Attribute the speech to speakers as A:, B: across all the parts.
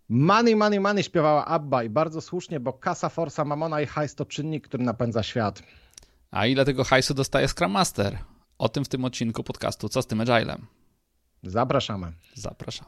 A: Money, money, money śpiewała ABBA i bardzo słusznie, bo kasa, forsa, mamona i hajs to czynnik, który napędza świat.
B: A ile tego hajsu dostaje Scrum Master? O tym w tym odcinku podcastu Co z tym Agilem?
A: Zapraszamy.
B: Zapraszamy.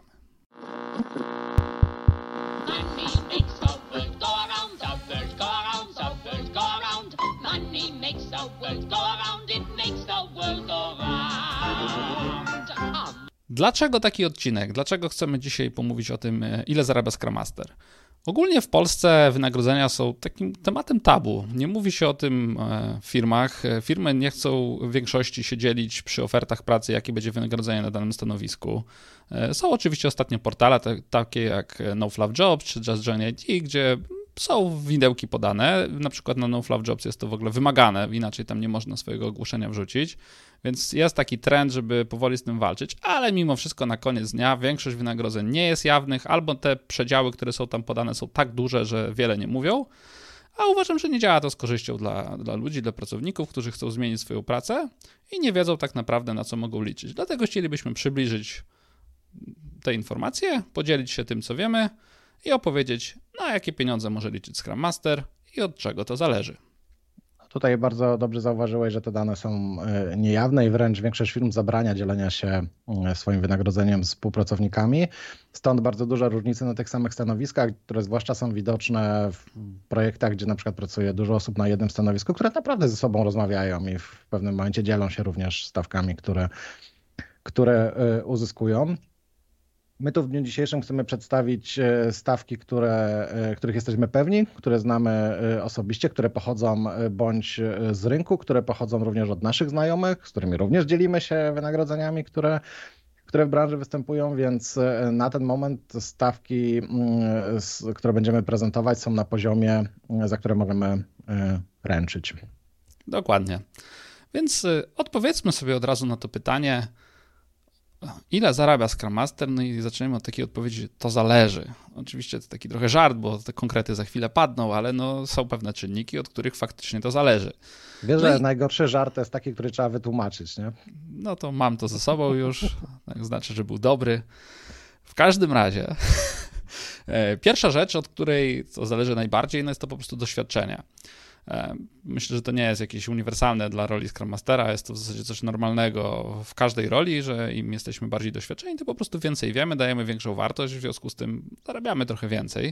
B: Dlaczego taki odcinek? Dlaczego chcemy dzisiaj pomówić o tym, ile zarabia Scrum Master? Ogólnie w Polsce wynagrodzenia są takim tematem tabu. Nie mówi się o tym w firmach. Firmy nie chcą w większości się dzielić przy ofertach pracy, jakie będzie wynagrodzenie na danym stanowisku. Są oczywiście ostatnio portale takie jak No Fluff Jobs czy Just Join IT, gdzie są widełki podane. Na przykład na No Fluff Jobs jest to w ogóle wymagane, inaczej tam nie można swojego ogłoszenia wrzucić. Więc jest taki trend, żeby powoli z tym walczyć, ale mimo wszystko na koniec dnia większość wynagrodzeń nie jest jawnych, albo te przedziały, które są tam podane, są tak duże, że wiele nie mówią. A uważam, że nie działa to z korzyścią dla ludzi, dla pracowników, którzy chcą zmienić swoją pracę i nie wiedzą tak naprawdę, na co mogą liczyć. Dlatego chcielibyśmy przybliżyć te informacje, podzielić się tym, co wiemy i opowiedzieć, na jakie pieniądze może liczyć Scrum Master i od czego to zależy.
A: Tutaj bardzo dobrze zauważyłeś, że te dane są niejawne i wręcz większość firm zabrania dzielenia się swoim wynagrodzeniem z współpracownikami. Stąd bardzo duża różnica na tych samych stanowiskach, które zwłaszcza są widoczne w projektach, gdzie na przykład pracuje dużo osób na jednym stanowisku, które naprawdę ze sobą rozmawiają i w pewnym momencie dzielą się również stawkami, które uzyskują. My tu w dniu dzisiejszym chcemy przedstawić stawki, których jesteśmy pewni, które znamy osobiście, które pochodzą bądź z rynku, które pochodzą również od naszych znajomych, z którymi również dzielimy się wynagrodzeniami, które w branży występują, więc na ten moment stawki, które będziemy prezentować, są na poziomie, za które możemy ręczyć.
B: Dokładnie. Więc odpowiedzmy sobie od razu na to pytanie, ile zarabia Scrum Master? No i zaczniemy od takiej odpowiedzi, to zależy. Oczywiście to taki trochę żart, bo te konkrety za chwilę padną, ale no są pewne czynniki, od których faktycznie to zależy.
A: Wiesz, że najgorszy żart to jest taki, który trzeba wytłumaczyć, nie?
B: No to mam to ze sobą już, tak znaczy, że był dobry. W każdym razie, pierwsza rzecz, od której to zależy najbardziej, no jest to po prostu doświadczenie. Myślę, że to nie jest jakieś uniwersalne dla roli Scrum Mastera, jest to w zasadzie coś normalnego w każdej roli, że im jesteśmy bardziej doświadczeni, to po prostu więcej wiemy, dajemy większą wartość, w związku z tym zarabiamy trochę więcej,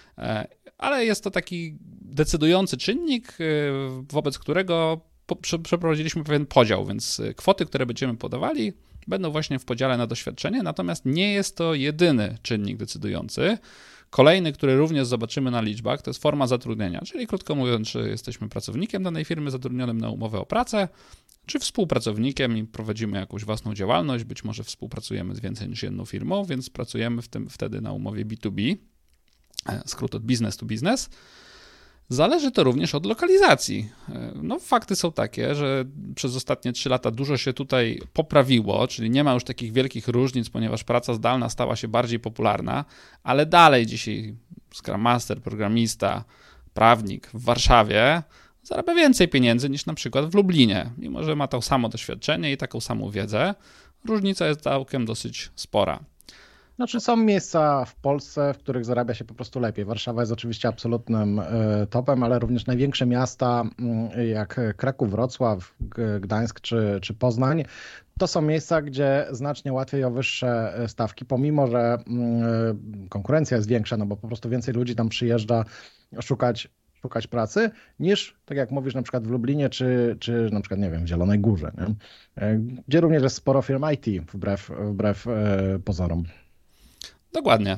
B: ale jest to taki decydujący czynnik, wobec którego przeprowadziliśmy pewien podział, więc kwoty, które będziemy podawali, będą właśnie w podziale na doświadczenie, natomiast nie jest to jedyny czynnik decydujący. Kolejny, który również zobaczymy na liczbach, to jest forma zatrudnienia, czyli krótko mówiąc, czy jesteśmy pracownikiem danej firmy zatrudnionym na umowę o pracę, czy współpracownikiem i prowadzimy jakąś własną działalność, być może współpracujemy z więcej niż jedną firmą, więc pracujemy wtedy na umowie B2B, skrót od business to business. Zależy to również od lokalizacji. No, fakty są takie, że przez ostatnie 3 lata dużo się tutaj poprawiło, czyli nie ma już takich wielkich różnic, ponieważ praca zdalna stała się bardziej popularna, ale dalej dzisiaj Scrum Master, programista, prawnik w Warszawie zarabia więcej pieniędzy niż na przykład w Lublinie, mimo że ma to samo doświadczenie i taką samą wiedzę. Różnica jest całkiem dosyć spora.
A: Znaczy są miejsca w Polsce, w których zarabia się po prostu lepiej. Warszawa jest oczywiście absolutnym topem, ale również największe miasta jak Kraków, Wrocław, Gdańsk czy Poznań, to są miejsca, gdzie znacznie łatwiej o wyższe stawki, pomimo że konkurencja jest większa, no bo po prostu więcej ludzi tam przyjeżdża szukać pracy, niż, tak jak mówisz, na przykład w Lublinie, czy na przykład, nie wiem, w Zielonej Górze, nie? Gdzie również jest sporo firm IT, wbrew pozorom.
B: Dokładnie.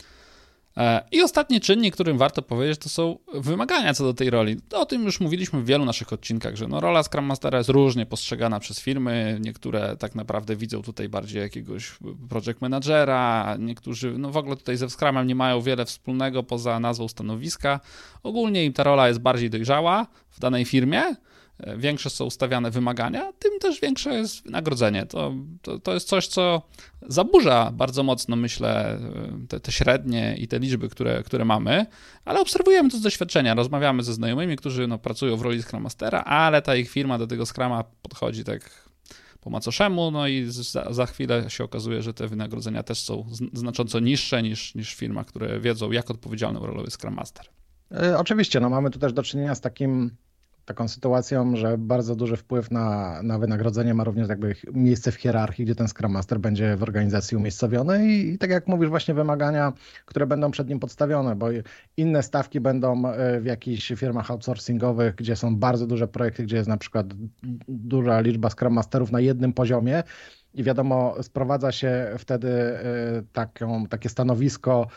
B: I ostatni czynnik, którym warto powiedzieć, to są wymagania co do tej roli. O tym już mówiliśmy w wielu naszych odcinkach, że no rola Scrum Mastera jest różnie postrzegana przez firmy. Niektóre tak naprawdę widzą tutaj bardziej jakiegoś project managera, niektórzy no w ogóle tutaj ze Scrumem nie mają wiele wspólnego poza nazwą stanowiska. Ogólnie im ta rola jest bardziej dojrzała w danej firmie. Większe są stawiane wymagania, tym też większe jest wynagrodzenie. To jest coś, co zaburza bardzo mocno, myślę, te średnie i te liczby, które mamy, ale obserwujemy to z doświadczenia. Rozmawiamy ze znajomymi, którzy pracują w roli Scrum Mastera, ale ta ich firma do tego Scruma podchodzi tak po macoszemu, no i za chwilę się okazuje, że te wynagrodzenia też są znacząco niższe niż w firmach, które wiedzą, jak odpowiedzialną rolą jest Scrum Master.
A: Oczywiście, no mamy tu też do czynienia z taką sytuacją, że bardzo duży wpływ na wynagrodzenie ma również jakby miejsce w hierarchii, gdzie ten Scrum Master będzie w organizacji umiejscowiony i tak jak mówisz, właśnie wymagania, które będą przed nim podstawione, bo inne stawki będą w jakichś firmach outsourcingowych, gdzie są bardzo duże projekty, gdzie jest na przykład duża liczba Scrum Masterów na jednym poziomie i wiadomo, sprowadza się wtedy takie stanowisko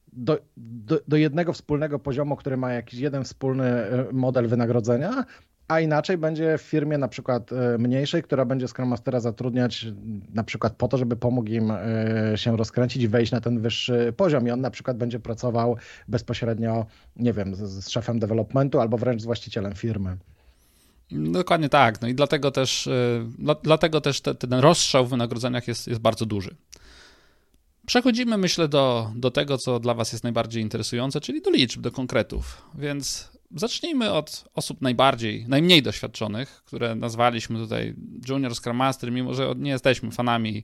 A: do jednego wspólnego poziomu, który ma jakiś jeden wspólny model wynagrodzenia, a inaczej będzie w firmie na przykład mniejszej, która będzie Scrum Mastera zatrudniać na przykład po to, żeby pomógł im się rozkręcić i wejść na ten wyższy poziom i on na przykład będzie pracował bezpośrednio, nie wiem, z szefem developmentu albo wręcz z właścicielem firmy.
B: Dokładnie tak. No i dlatego też ten rozstrzał w wynagrodzeniach jest bardzo duży. Przechodzimy, myślę, do tego, co dla Was jest najbardziej interesujące, czyli do liczb, do konkretów. Więc zacznijmy od osób najmniej doświadczonych, które nazwaliśmy tutaj Junior Scrum Master, mimo że nie jesteśmy fanami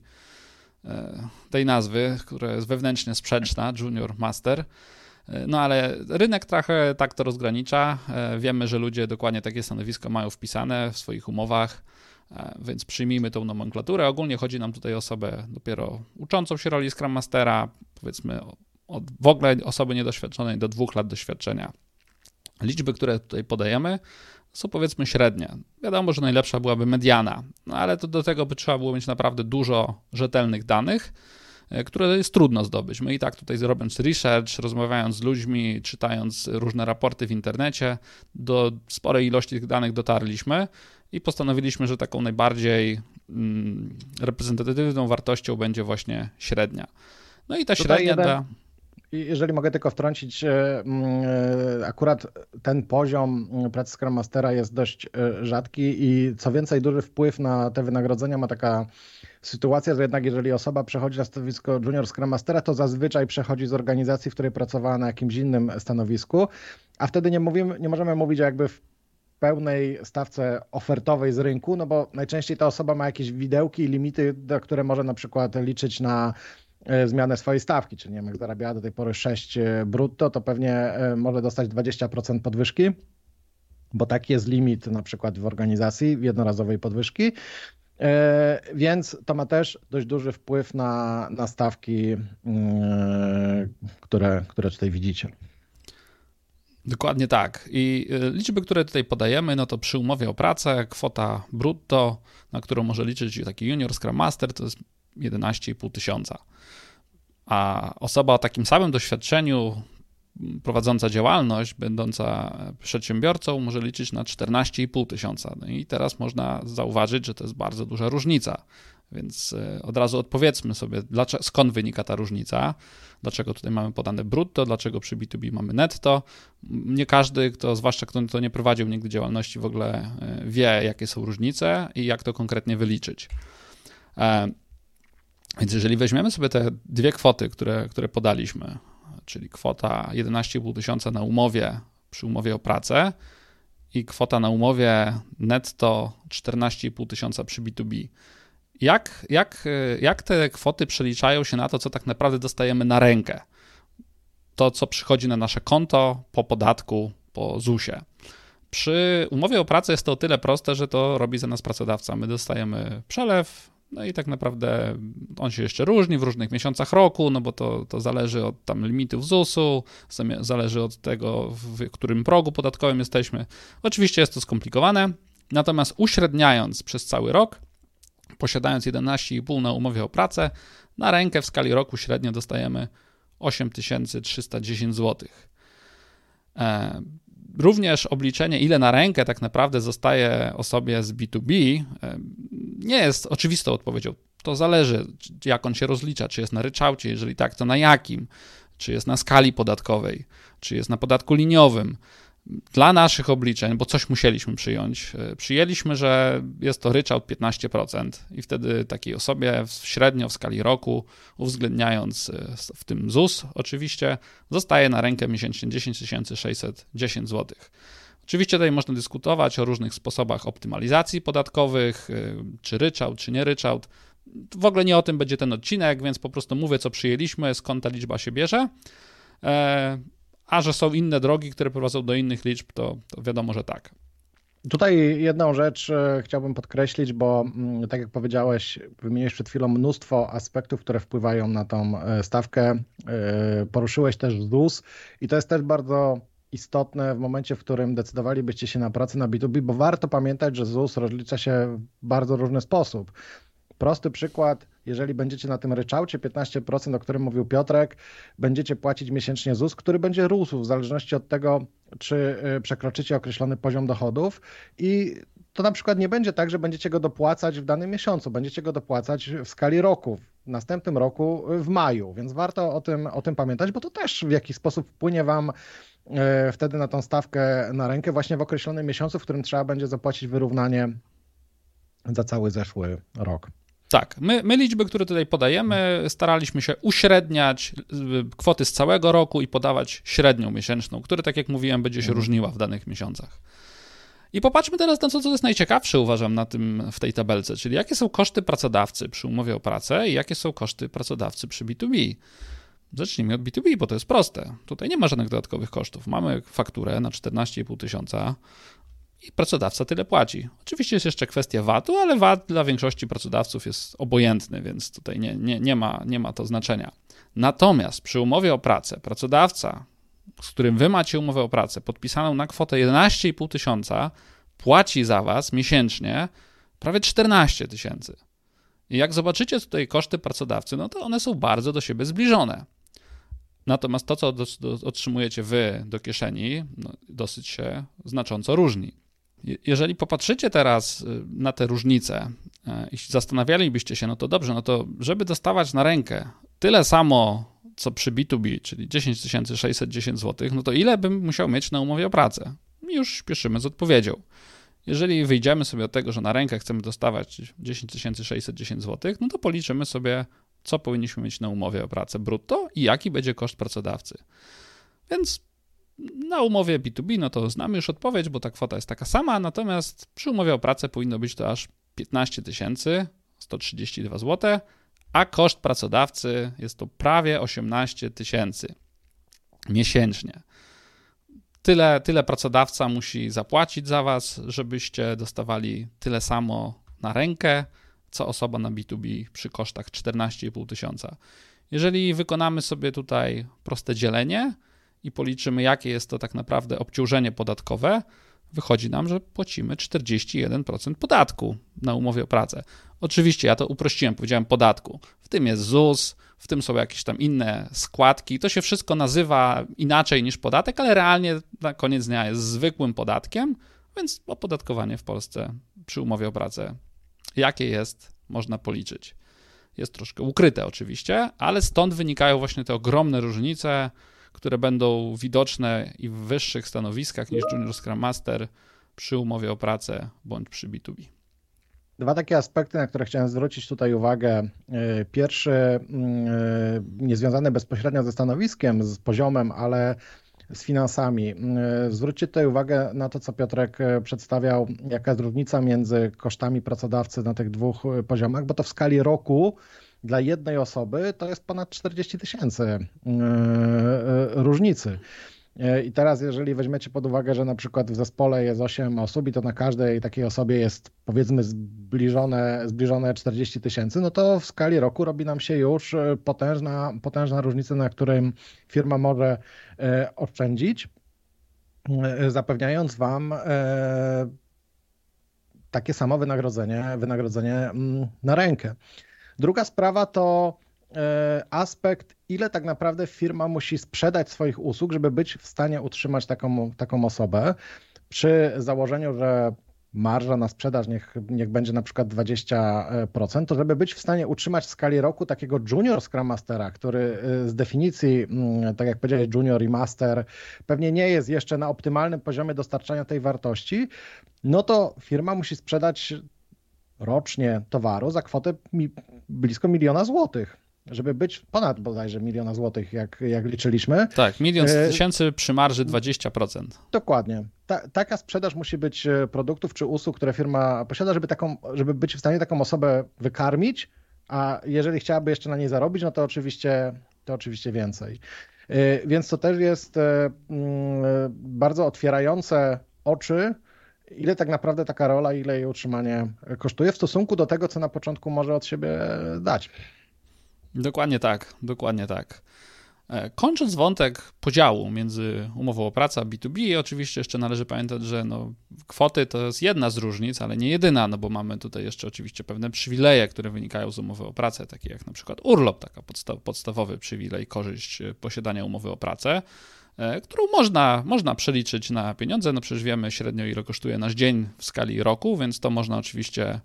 B: tej nazwy, która jest wewnętrznie sprzeczna, Junior Master. No ale rynek trochę tak to rozgranicza. Wiemy, że ludzie dokładnie takie stanowisko mają wpisane w swoich umowach, więc przyjmijmy tą nomenklaturę. Ogólnie chodzi nam tutaj o osobę dopiero uczącą się roli Scrum Mastera, powiedzmy od w ogóle osoby niedoświadczonej do 2 lat doświadczenia. Liczby, które tutaj podajemy, są powiedzmy średnie. Wiadomo, że najlepsza byłaby mediana, no ale to do tego by trzeba było mieć naprawdę dużo rzetelnych danych, które jest trudno zdobyć. My i tak tutaj robiąc research, rozmawiając z ludźmi, czytając różne raporty w internecie, do sporej ilości tych danych dotarliśmy i postanowiliśmy, że taką najbardziej reprezentatywną wartością będzie właśnie średnia. No i ta średnia
A: Jeżeli mogę tylko wtrącić, akurat ten poziom pracy Scrum Mastera jest dość rzadki i co więcej duży wpływ na te wynagrodzenia ma taka sytuacja, że jednak jeżeli osoba przechodzi na stanowisko Junior Scrum Mastera, to zazwyczaj przechodzi z organizacji, w której pracowała na jakimś innym stanowisku, a wtedy nie możemy mówić o jakby w pełnej stawce ofertowej z rynku, no bo najczęściej ta osoba ma jakieś widełki i limity, do które może na przykład liczyć na zmianę swojej stawki, czyli nie wiem, jak zarabiała do tej pory 6 brutto, to pewnie może dostać 20% podwyżki, bo taki jest limit na przykład w organizacji jednorazowej podwyżki, więc to ma też dość duży wpływ na stawki, które tutaj widzicie.
B: Dokładnie tak. I liczby, które tutaj podajemy, no to przy umowie o pracę kwota brutto, na którą może liczyć taki junior Scrum Master, to jest 11,5 tysiąca. A osoba o takim samym doświadczeniu, prowadząca działalność, będąca przedsiębiorcą, może liczyć na 14,5 tysiąca. No i teraz można zauważyć, że to jest bardzo duża różnica. Więc od razu odpowiedzmy sobie, skąd wynika ta różnica, dlaczego tutaj mamy podane brutto, dlaczego przy B2B mamy netto. Nie każdy, zwłaszcza kto nie prowadził nigdy działalności, w ogóle wie, jakie są różnice i jak to konkretnie wyliczyć. Więc jeżeli weźmiemy sobie te dwie kwoty, które podaliśmy, czyli kwota 11,5 tysiąca na umowie, przy umowie o pracę i kwota na umowie netto 14,5 tysiąca przy B2B, jak te kwoty przeliczają się na to, co tak naprawdę dostajemy na rękę? To, co przychodzi na nasze konto po podatku, po ZUS-ie. Przy umowie o pracę jest to o tyle proste, że to robi za nas pracodawca. My dostajemy przelew, no i tak naprawdę on się jeszcze różni w różnych miesiącach roku, no bo to zależy od tam limitów ZUS-u, zależy od tego, w którym progu podatkowym jesteśmy. Oczywiście jest to skomplikowane, natomiast uśredniając przez cały rok, posiadając 11,5 na umowie o pracę, na rękę w skali roku średnio dostajemy 8310 zł. Również obliczenie, ile na rękę tak naprawdę zostaje osobie z B2B, nie jest oczywistą odpowiedzią. To zależy, jak on się rozlicza, czy jest na ryczałcie, jeżeli tak, to na jakim, czy jest na skali podatkowej, czy jest na podatku liniowym. Dla naszych obliczeń, bo coś musieliśmy przyjęliśmy, że jest to ryczałt 15% i wtedy takiej osobie średnio w skali roku, uwzględniając w tym ZUS oczywiście, zostaje na rękę miesięcznie 10 610 zł. Oczywiście tutaj można dyskutować o różnych sposobach optymalizacji podatkowych, czy ryczałt, czy nie ryczałt. W ogóle nie o tym będzie ten odcinek, więc po prostu mówię, co przyjęliśmy, skąd ta liczba się bierze. A że są inne drogi, które prowadzą do innych liczb, to wiadomo, że tak.
A: Tutaj jedną rzecz chciałbym podkreślić, bo tak jak powiedziałeś, wymieniłeś przed chwilą mnóstwo aspektów, które wpływają na tą stawkę. Poruszyłeś też ZUS i to jest też bardzo istotne w momencie, w którym decydowalibyście się na pracę na B2B, bo warto pamiętać, że ZUS rozlicza się w bardzo różny sposób. Prosty przykład, jeżeli będziecie na tym ryczałcie 15%, o którym mówił Piotrek, będziecie płacić miesięcznie ZUS, który będzie rósł w zależności od tego, czy przekroczycie określony poziom dochodów i to na przykład nie będzie tak, że będziecie go dopłacać w danym miesiącu, będziecie go dopłacać w skali roku, w następnym roku w maju, więc warto o tym pamiętać, bo to też w jakiś sposób wpłynie wam wtedy na tą stawkę na rękę właśnie w określonym miesiącu, w którym trzeba będzie zapłacić wyrównanie za cały zeszły rok.
B: Tak, my liczby, które tutaj podajemy, staraliśmy się uśredniać kwoty z całego roku i podawać średnią miesięczną, która, tak jak mówiłem, będzie się różniła w danych miesiącach. I popatrzmy teraz na to, co jest najciekawsze, uważam, w tej tabelce, czyli jakie są koszty pracodawcy przy umowie o pracę i jakie są koszty pracodawcy przy B2B. Zacznijmy od B2B, bo to jest proste. Tutaj nie ma żadnych dodatkowych kosztów. Mamy fakturę na 14,5 tysiąca i pracodawca tyle płaci. Oczywiście jest jeszcze kwestia VAT-u, ale VAT dla większości pracodawców jest obojętny, więc tutaj nie ma to znaczenia. Natomiast przy umowie o pracę pracodawca, z którym wy macie umowę o pracę podpisaną na kwotę 11,5 tysiąca, płaci za was miesięcznie prawie 14 tysięcy. I jak zobaczycie tutaj koszty pracodawcy, no to one są bardzo do siebie zbliżone. Natomiast to, co otrzymujecie wy do kieszeni, no, dosyć się znacząco różni. Jeżeli popatrzycie teraz na te różnice i zastanawialibyście się, no to dobrze, no to żeby dostawać na rękę tyle samo, co przy B2B, czyli 10 610 zł, no to ile bym musiał mieć na umowie o pracę? I już śpieszymy z odpowiedzią. Jeżeli wyjdziemy sobie od tego, że na rękę chcemy dostawać 10 610 zł, no to policzymy sobie, co powinniśmy mieć na umowie o pracę brutto i jaki będzie koszt pracodawcy. Więc na umowie B2B, no to znamy już odpowiedź, bo ta kwota jest taka sama, natomiast przy umowie o pracę powinno być to aż 15 132 zł, a koszt pracodawcy jest to prawie 18 tysięcy miesięcznie. Tyle pracodawca musi zapłacić za was, żebyście dostawali tyle samo na rękę, co osoba na B2B przy kosztach 14,5 tysiąca. Jeżeli wykonamy sobie tutaj proste dzielenie i policzymy, jakie jest to tak naprawdę obciążenie podatkowe, wychodzi nam, że płacimy 41% podatku na umowie o pracę. Oczywiście ja to uprościłem, powiedziałem podatku. W tym jest ZUS, w tym są jakieś tam inne składki. To się wszystko nazywa inaczej niż podatek, ale realnie na koniec dnia jest zwykłym podatkiem, więc opodatkowanie w Polsce przy umowie o pracę jakie jest, można policzyć. Jest troszkę ukryte oczywiście, ale stąd wynikają właśnie te ogromne różnice, które będą widoczne i w wyższych stanowiskach niż Junior Scrum Master przy umowie o pracę bądź przy B2B.
A: Dwa takie aspekty, na które chciałem zwrócić tutaj uwagę. Pierwszy, niezwiązany bezpośrednio ze stanowiskiem, z poziomem, ale z finansami. Zwróćcie tutaj uwagę na to, co Piotrek przedstawiał, jaka jest różnica między kosztami pracodawcy na tych dwóch poziomach, bo to w skali roku dla jednej osoby to jest ponad 40 tysięcy różnicy. I teraz, jeżeli weźmiecie pod uwagę, że na przykład w zespole jest 8 osób i to na każdej takiej osobie jest, powiedzmy, zbliżone 40 tysięcy, no to w skali roku robi nam się już potężna różnica, na którym firma może oszczędzić, zapewniając wam takie samo wynagrodzenie na rękę. Druga sprawa to aspekt, ile tak naprawdę firma musi sprzedać swoich usług, żeby być w stanie utrzymać taką osobę. Przy założeniu, że marża na sprzedaż niech będzie na przykład 20%, to żeby być w stanie utrzymać w skali roku takiego junior Scrum Mastera, który z definicji, tak jak powiedziałeś, junior i master, pewnie nie jest jeszcze na optymalnym poziomie dostarczania tej wartości, no to firma musi sprzedać rocznie towaru za kwotę blisko 1 000 000 złotych. żeby być ponad bodajże 1 000 000 złotych, jak liczyliśmy.
B: Tak, 1 000 000 przy marży 20%.
A: Dokładnie. Taka sprzedaż musi być produktów czy usług, które firma posiada, żeby być w stanie taką osobę wykarmić, a jeżeli chciałaby jeszcze na niej zarobić, no to oczywiście więcej. Więc to też jest bardzo otwierające oczy, ile tak naprawdę taka rola, ile jej utrzymanie kosztuje w stosunku do tego, co na początku może od siebie dać.
B: Dokładnie tak, dokładnie tak. Kończąc wątek podziału między umową o pracę a B2B, oczywiście jeszcze należy pamiętać, że kwoty to jest jedna z różnic, ale nie jedyna, bo mamy tutaj jeszcze oczywiście pewne przywileje, które wynikają z umowy o pracę, takie jak na przykład urlop, taka podstawowy przywilej, korzyść posiadania umowy o pracę, którą można przeliczyć na pieniądze. No przecież wiemy średnio, ile kosztuje nasz dzień w skali roku, więc to można oczywiście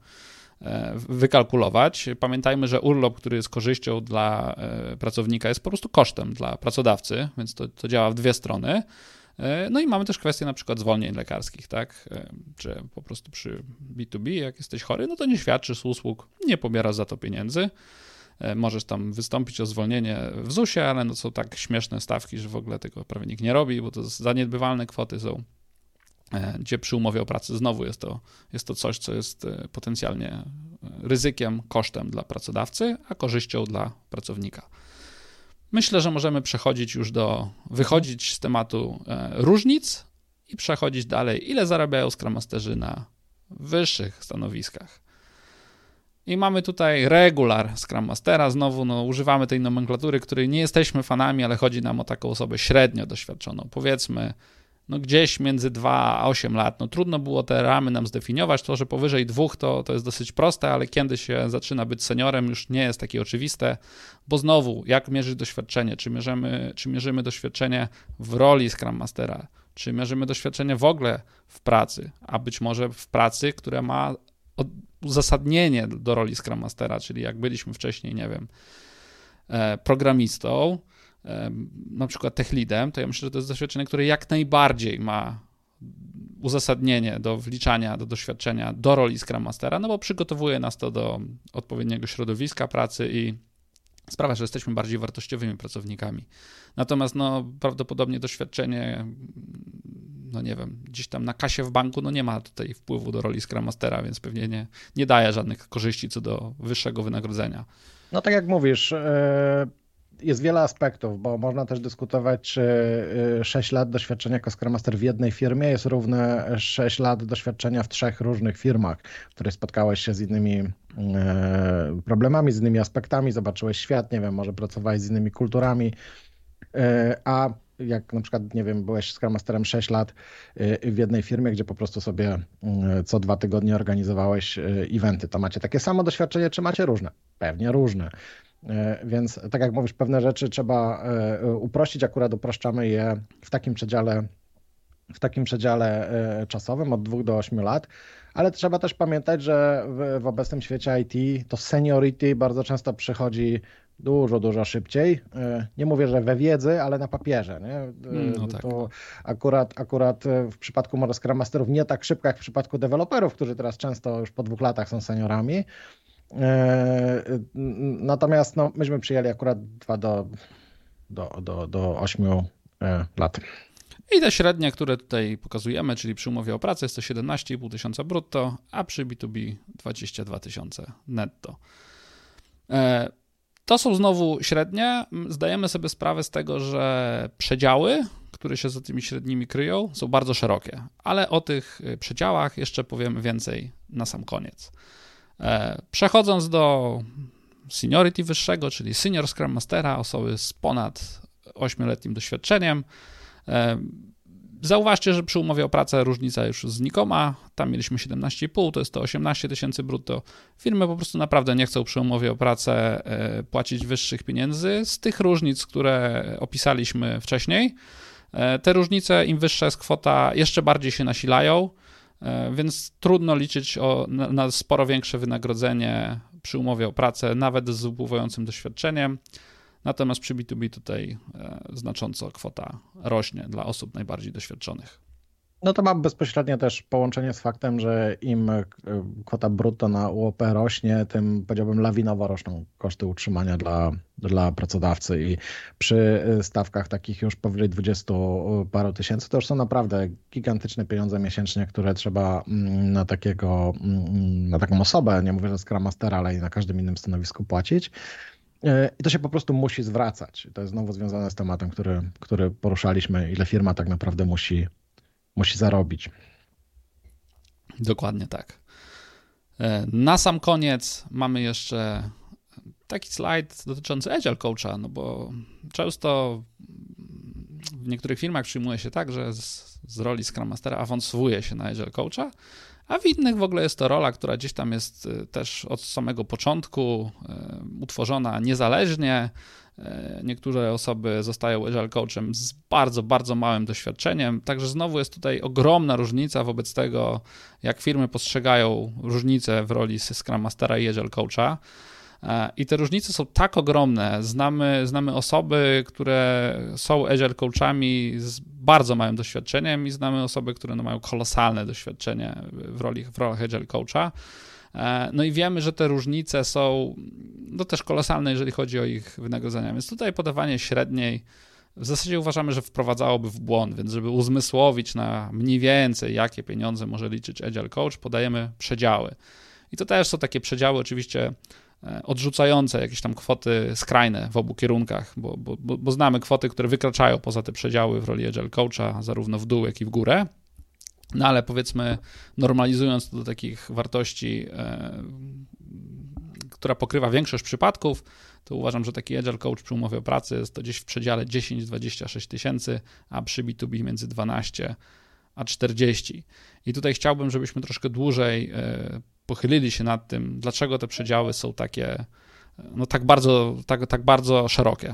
B: wykalkulować. Pamiętajmy, że urlop, który jest korzyścią dla pracownika, jest po prostu kosztem dla pracodawcy, więc to działa w dwie strony. No i mamy też kwestię na przykład zwolnień lekarskych, tak? Że po prostu przy B2B, jak jesteś chory, no to nie świadczysz usług, nie pobierasz za to pieniędzy. Możesz tam wystąpić o zwolnienie w ZUS-ie, ale no są tak śmieszne stawki, że w ogóle tego prawie nikt nie robi, bo to zaniedbywalne kwoty są, gdzie przy umowie o pracy znowu jest to coś, co jest potencjalnie ryzykiem, kosztem dla pracodawcy, a korzyścią dla pracownika. Myślę, że możemy wychodzić z tematu różnic i przechodzić dalej, ile zarabiają Scrum Masterzy na wyższych stanowiskach. I mamy tutaj regular Scrum Mastera, znowu używamy tej nomenklatury, której nie jesteśmy fanami, ale chodzi nam o taką osobę średnio doświadczoną, powiedzmy gdzieś między 2 a 8 lat. Trudno było te ramy nam zdefiniować, to, że powyżej 2 to jest dosyć proste, ale kiedy się zaczyna być seniorem, już nie jest takie oczywiste, bo znowu, jak mierzyć doświadczenie? Czy mierzymy doświadczenie w roli Scrum Mastera? Czy mierzymy doświadczenie w ogóle w pracy? A być może w pracy, która ma uzasadnienie do roli Scrum Mastera, czyli jak byliśmy wcześniej, nie wiem, programistą, na przykład tech leadem, to ja myślę, że to jest doświadczenie, które jak najbardziej ma uzasadnienie do wliczania, do doświadczenia do roli Scrum Mastera, bo przygotowuje nas to do odpowiedniego środowiska pracy i sprawia, że jesteśmy bardziej wartościowymi pracownikami. Natomiast prawdopodobnie doświadczenie, nie wiem, gdzieś tam na kasie w banku, nie ma tutaj wpływu do roli Scrum Mastera, więc pewnie nie daje żadnych korzyści co do wyższego wynagrodzenia.
A: No tak jak mówisz, jest wiele aspektów, bo można też dyskutować, czy 6 lat doświadczenia jako Scrum Master w jednej firmie jest równe 6 lat doświadczenia w 3 różnych firmach, w których spotkałeś się z innymi problemami, z innymi aspektami, zobaczyłeś świat, nie wiem, może pracowałeś z innymi kulturami, a jak na przykład, nie wiem, byłeś Scrum Masterem 6 lat w jednej firmie, gdzie po prostu sobie co 2 tygodnie organizowałeś eventy, to macie takie samo doświadczenie, czy macie różne? Pewnie różne. Więc tak jak mówisz, pewne rzeczy trzeba uprościć, akurat upraszczamy je w takim przedziale czasowym od 2 do 8 lat, ale trzeba też pamiętać, że w obecnym świecie IT to seniority bardzo często przychodzi dużo szybciej. Nie mówię, że we wiedzy, ale na papierze. Nie?
B: Tak.
A: To akurat w przypadku może Scrum Masterów nie tak szybko jak w przypadku deweloperów, którzy teraz często już po 2 latach są seniorami. Natomiast myśmy przyjęli akurat 2 do 8 lat.
B: I te średnie, które tutaj pokazujemy, czyli przy umowie o pracę jest to 17,5 tysiąca brutto, a przy B2B 22 tysiące netto. To są znowu średnie. Zdajemy sobie sprawę z tego, że przedziały, które się za tymi średnimi kryją, są bardzo szerokie, ale o tych przedziałach jeszcze powiemy więcej na sam koniec. Przechodząc do seniority wyższego, czyli senior Scrum Mastera, osoby z ponad 8-letnim doświadczeniem, zauważcie, że przy umowie o pracę różnica już znikoma, tam mieliśmy 17,5, to jest to 18 tysięcy brutto. Firmy po prostu naprawdę nie chcą przy umowie o pracę płacić wyższych pieniędzy z tych różnic, które opisaliśmy wcześniej. Te różnice, im wyższa jest kwota, jeszcze bardziej się nasilają, więc trudno liczyć na sporo większe wynagrodzenie przy umowie o pracę, nawet z upływającym doświadczeniem. Natomiast przy B2B tutaj znacząco kwota rośnie dla osób najbardziej doświadczonych.
A: No to ma bezpośrednie też połączenie z faktem, że im kwota brutto na UOP rośnie, tym powiedziałbym lawinowo rosną koszty utrzymania dla pracodawcy i przy stawkach takich już powyżej 20 paru tysięcy to już są naprawdę gigantyczne pieniądze miesięcznie, które trzeba na taką osobę, nie mówię, że Scrum Mastera, ale i na każdym innym stanowisku płacić. I to się po prostu musi zwracać. To jest znowu związane z tematem, który poruszaliśmy, ile firma tak naprawdę musi zarobić.
B: Dokładnie tak. Na sam koniec mamy jeszcze taki slajd dotyczący Agile Coacha, no bo często w niektórych firmach przyjmuje się tak, że z roli Scrum Mastera awansuje się na Agile Coacha, a w innych w ogóle jest to rola, która gdzieś tam jest też od samego początku utworzona niezależnie. Niektóre osoby zostają Agile Coachem z bardzo, bardzo małym doświadczeniem, także znowu jest tutaj ogromna różnica wobec tego, jak firmy postrzegają różnice w roli Scrum Mastera i Agile Coacha. I te różnice są tak ogromne. Znamy osoby, które są Agile Coachami z bardzo małym doświadczeniem i znamy osoby, które mają kolosalne doświadczenie w rolach Agile Coacha. No i wiemy, że te różnice są też kolosalne, jeżeli chodzi o ich wynagrodzenia. Więc tutaj podawanie średniej w zasadzie uważamy, że wprowadzałoby w błąd, więc żeby uzmysłowić na mniej więcej, jakie pieniądze może liczyć Agile Coach, podajemy przedziały. I to też są takie przedziały oczywiście odrzucające jakieś tam kwoty skrajne w obu kierunkach, bo znamy kwoty, które wykraczają poza te przedziały w roli Agile Coacha, zarówno w dół, jak i w górę. No ale powiedzmy, normalizując to do takich wartości, która pokrywa większość przypadków, to uważam, że taki Agile Coach przy umowie o pracy jest to gdzieś w przedziale 10-26 tysięcy, a przy B2B między 12 a 40. I tutaj chciałbym, żebyśmy troszkę dłużej pochylili się nad tym, dlaczego te przedziały są takie, no tak bardzo szerokie.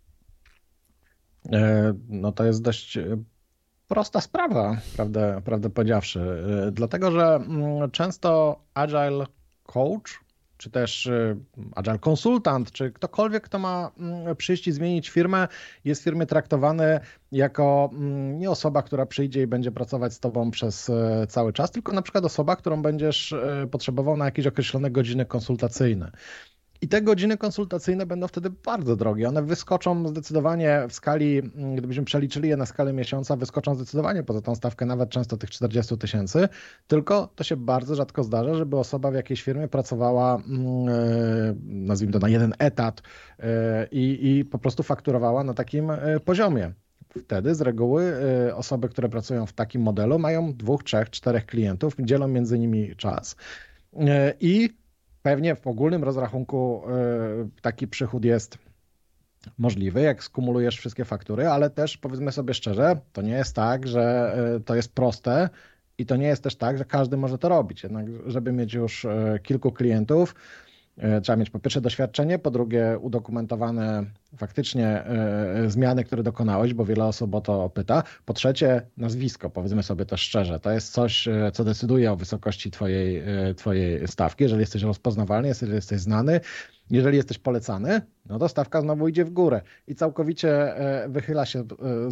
A: No to jest dość prosta sprawa, prawdę powiedziawszy, dlatego że często Agile Coach, czy też Agile Konsultant, czy ktokolwiek, kto ma przyjść i zmienić firmę, jest w firmie traktowany jako nie osoba, która przyjdzie i będzie pracować z tobą przez cały czas, tylko na przykład osoba, którą będziesz potrzebował na jakieś określone godziny konsultacyjne. I te godziny konsultacyjne będą wtedy bardzo drogie. One wyskoczą zdecydowanie w skali, gdybyśmy przeliczyli je na skalę miesiąca, wyskoczą zdecydowanie poza tą stawkę, nawet często tych 40 tysięcy. Tylko to się bardzo rzadko zdarza, żeby osoba w jakiejś firmie pracowała, nazwijmy to, na jeden etat i po prostu fakturowała na takim poziomie. Wtedy z reguły osoby, które pracują w takim modelu, mają 2, 3, 4 klientów, dzielą między nimi czas i pewnie w ogólnym rozrachunku taki przychód jest możliwy, jak skumulujesz wszystkie faktury, ale też powiedzmy sobie szczerze, to nie jest tak, że to jest proste i to nie jest też tak, że każdy może to robić. Jednak żeby mieć już kilku klientów, trzeba mieć po pierwsze doświadczenie, po drugie udokumentowane faktycznie zmiany, które dokonałeś, bo wiele osób o to pyta. Po trzecie nazwisko, powiedzmy sobie też szczerze. To jest coś, co decyduje o wysokości twojej stawki. Jeżeli jesteś rozpoznawalny, jeżeli jesteś znany, jeżeli jesteś polecany, no to stawka znowu idzie w górę i całkowicie wychyla się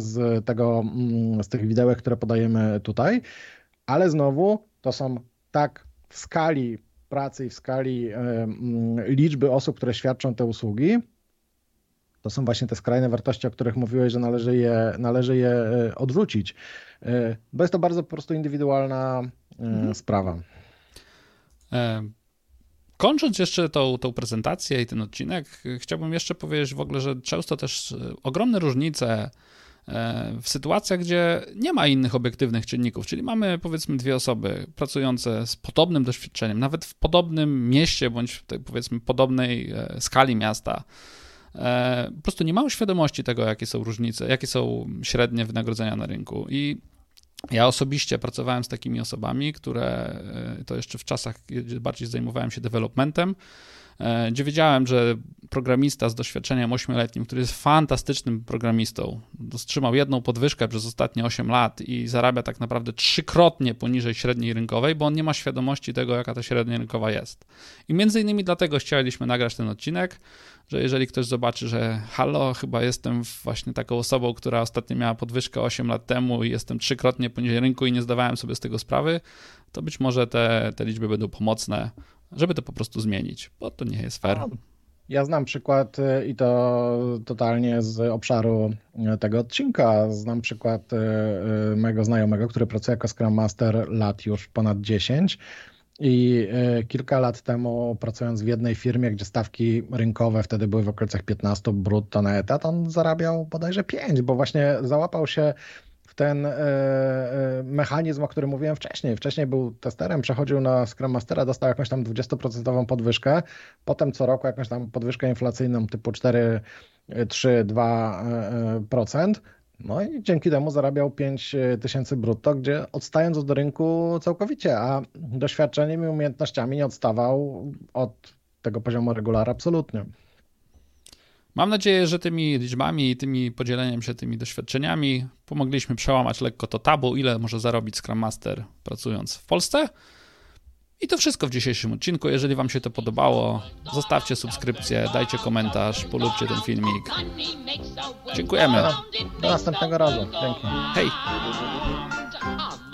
A: z tych widełek, które podajemy tutaj, ale znowu to są tak w skali pracy i w skali liczby osób, które świadczą te usługi, to są właśnie te skrajne wartości, o których mówiłeś, że należy je odwrócić, bo jest to bardzo po prostu indywidualna sprawa.
B: Kończąc jeszcze tą prezentację i ten odcinek, chciałbym jeszcze powiedzieć w ogóle, że często też ogromne różnice w sytuacjach, gdzie nie ma innych obiektywnych czynników, czyli mamy powiedzmy dwie osoby pracujące z podobnym doświadczeniem, nawet w podobnym mieście, bądź powiedzmy podobnej skali miasta, po prostu nie mają świadomości tego, jakie są różnice, jakie są średnie wynagrodzenia na rynku. I ja osobiście pracowałem z takimi osobami, które to jeszcze w czasach, gdzie bardziej zajmowałem się developmentem, gdzie wiedziałem, że programista z doświadczeniem 8-letnim, który jest fantastycznym programistą, otrzymał jedną podwyżkę przez ostatnie 8 lat i zarabia tak naprawdę 3-krotnie poniżej średniej rynkowej, bo on nie ma świadomości tego, jaka ta średnia rynkowa jest. I między innymi dlatego chcieliśmy nagrać ten odcinek, że jeżeli ktoś zobaczy, że halo, chyba jestem właśnie taką osobą, która ostatnio miała podwyżkę 8 lat temu i jestem 3-krotnie poniżej rynku i nie zdawałem sobie z tego sprawy, to być może te liczby będą pomocne, żeby to po prostu zmienić, bo to nie jest fair.
A: Ja znam przykład i to totalnie z obszaru tego odcinka. Znam przykład mojego znajomego, który pracuje jako Scrum Master lat już ponad 10 i kilka lat temu, pracując w jednej firmie, gdzie stawki rynkowe wtedy były w okolicach 15 brutto na etat, on zarabiał bodajże 5, bo właśnie załapał się w ten mechanizm, o którym mówiłem wcześniej. Wcześniej był testerem, przechodził na Scrum Mastera, dostał jakąś tam 20% podwyżkę, potem co roku jakąś tam podwyżkę inflacyjną typu 4, 3, 2%. No i dzięki temu zarabiał 5 tysięcy brutto, gdzie odstając od rynku całkowicie, a doświadczeniem i umiejętnościami nie odstawał od tego poziomu regulara absolutnie.
B: Mam nadzieję, że tymi liczbami i tymi podzieleniem się tymi doświadczeniami pomogliśmy przełamać lekko to tabu, ile może zarobić Scrum Master pracując w Polsce. I to wszystko w dzisiejszym odcinku. Jeżeli wam się to podobało, zostawcie subskrypcję, dajcie komentarz, polubcie ten filmik. Dziękujemy.
A: Do następnego razu. Dzięki.
B: Hej!